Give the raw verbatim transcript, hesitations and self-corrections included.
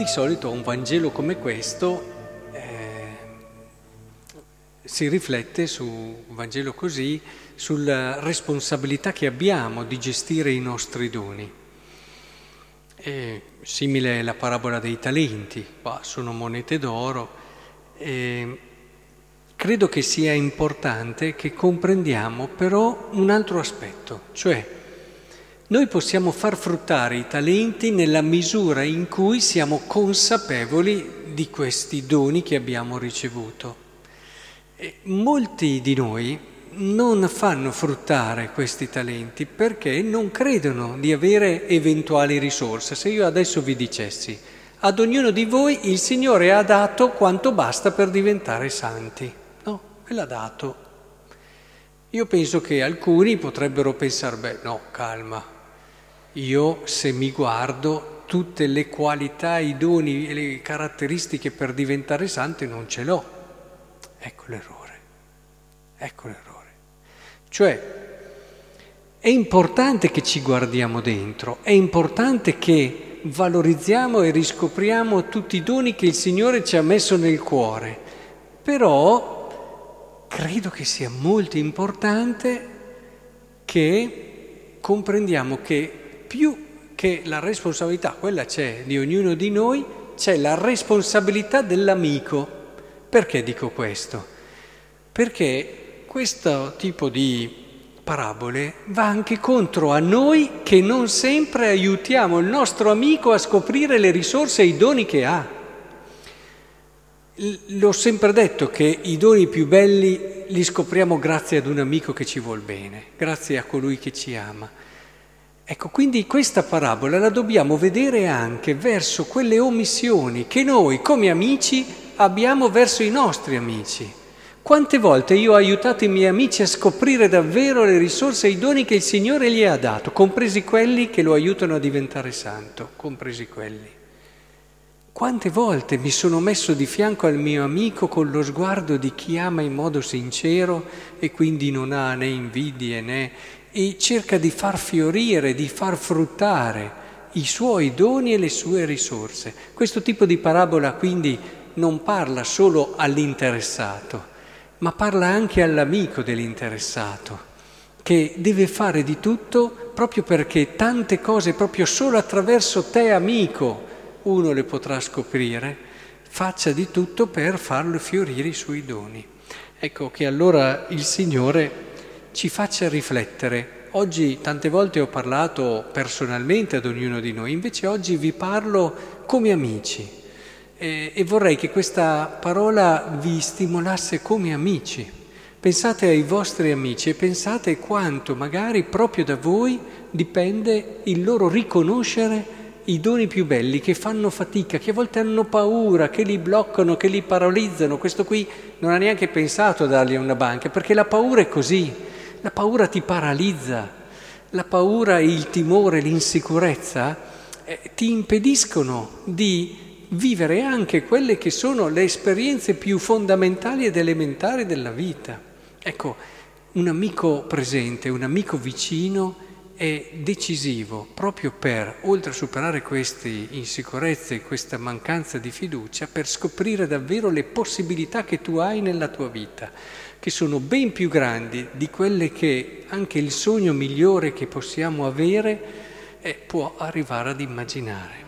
solito un Vangelo come questo eh, si riflette su un Vangelo così, sulla responsabilità che abbiamo di gestire i nostri doni. È simile alla parabola dei talenti, qua sono monete d'oro. E credo che sia importante che comprendiamo però un altro aspetto, cioè noi possiamo far fruttare i talenti nella misura in cui siamo consapevoli di questi doni che abbiamo ricevuto. E molti di noi non fanno fruttare questi talenti perché non credono di avere eventuali risorse. Se io adesso vi dicessi, ad ognuno di voi il Signore ha dato quanto basta per diventare santi, no? Ve l'ha dato. Io penso che alcuni potrebbero pensare, beh no, calma. Io, se mi guardo, tutte le qualità, i doni e le caratteristiche per diventare santi non ce l'ho. Ecco l'errore, ecco l'errore. Cioè, è importante che ci guardiamo dentro, è importante che valorizziamo e riscopriamo tutti i doni che il Signore ci ha messo nel cuore, però credo che sia molto importante che comprendiamo che più che la responsabilità, quella c'è di ognuno di noi, c'è la responsabilità dell'amico. Perché dico questo? Perché questo tipo di parabole va anche contro a noi che non sempre aiutiamo il nostro amico a scoprire le risorse e i doni che ha. L'ho sempre detto che i doni più belli li scopriamo grazie ad un amico che ci vuol bene, grazie a colui che ci ama. Ecco, quindi questa parabola la dobbiamo vedere anche verso quelle omissioni che noi come amici abbiamo verso i nostri amici. Quante volte io ho aiutato i miei amici a scoprire davvero le risorse e i doni che il Signore gli ha dato, compresi quelli che lo aiutano a diventare santo, compresi quelli. Quante volte mi sono messo di fianco al mio amico con lo sguardo di chi ama in modo sincero e quindi non ha né invidie né... e cerca di far fiorire, di far fruttare i suoi doni e le sue risorse. Questo tipo di parabola quindi non parla solo all'interessato, ma parla anche all'amico dell'interessato, che deve fare di tutto proprio perché tante cose, proprio solo attraverso te amico, uno le potrà scoprire, faccia di tutto per farlo fiorire i suoi doni. Ecco che allora il Signore ci faccia riflettere. Oggi tante volte ho parlato personalmente ad ognuno di noi, invece oggi vi parlo come amici e, e vorrei che questa parola vi stimolasse come amici. Pensate ai vostri amici e pensate quanto magari proprio da voi dipende il loro riconoscere i doni più belli, che fanno fatica, che a volte hanno paura, che li bloccano, che li paralizzano. Questo qui non ha neanche pensato a dargli una banca, perché la paura è così. La paura ti paralizza, la paura, il timore, l'insicurezza eh, ti impediscono di vivere anche quelle che sono le esperienze più fondamentali ed elementari della vita. Ecco, un amico presente, un amico vicino è decisivo proprio per, oltre a superare queste insicurezze e questa mancanza di fiducia, per scoprire davvero le possibilità che tu hai nella tua vita, che sono ben più grandi di quelle che anche il sogno migliore che possiamo avere eh, può arrivare ad immaginare.